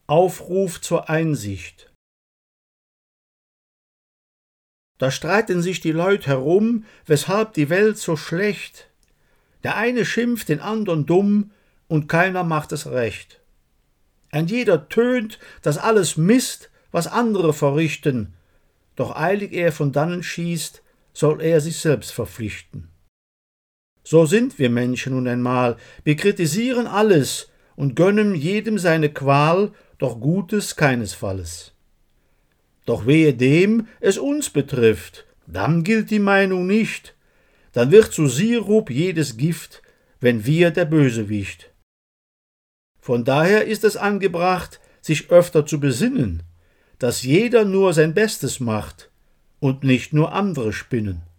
Aufruf zur Einsicht. Da streiten sich die Leut herum, weshalb die Welt so schlecht. Der eine schimpft den andern dumm und keiner macht es recht. Ein jeder tönt, dass alles Mist, was andere verrichten, doch eilig er von dannen schießt, soll er sich selbst verpflichten. So sind wir Menschen nun einmal, wir kritisieren alles und gönnen jedem seine Qual, doch Gutes keinesfalls. Doch wehe dem, es uns betrifft, dann gilt die Meinung nicht, dann wird zu Sirup jedes Gift, wenn wir der Bösewicht. Von daher ist es angebracht, sich öfter zu besinnen, dass jeder nur sein Bestes macht und nicht nur andere spinnen.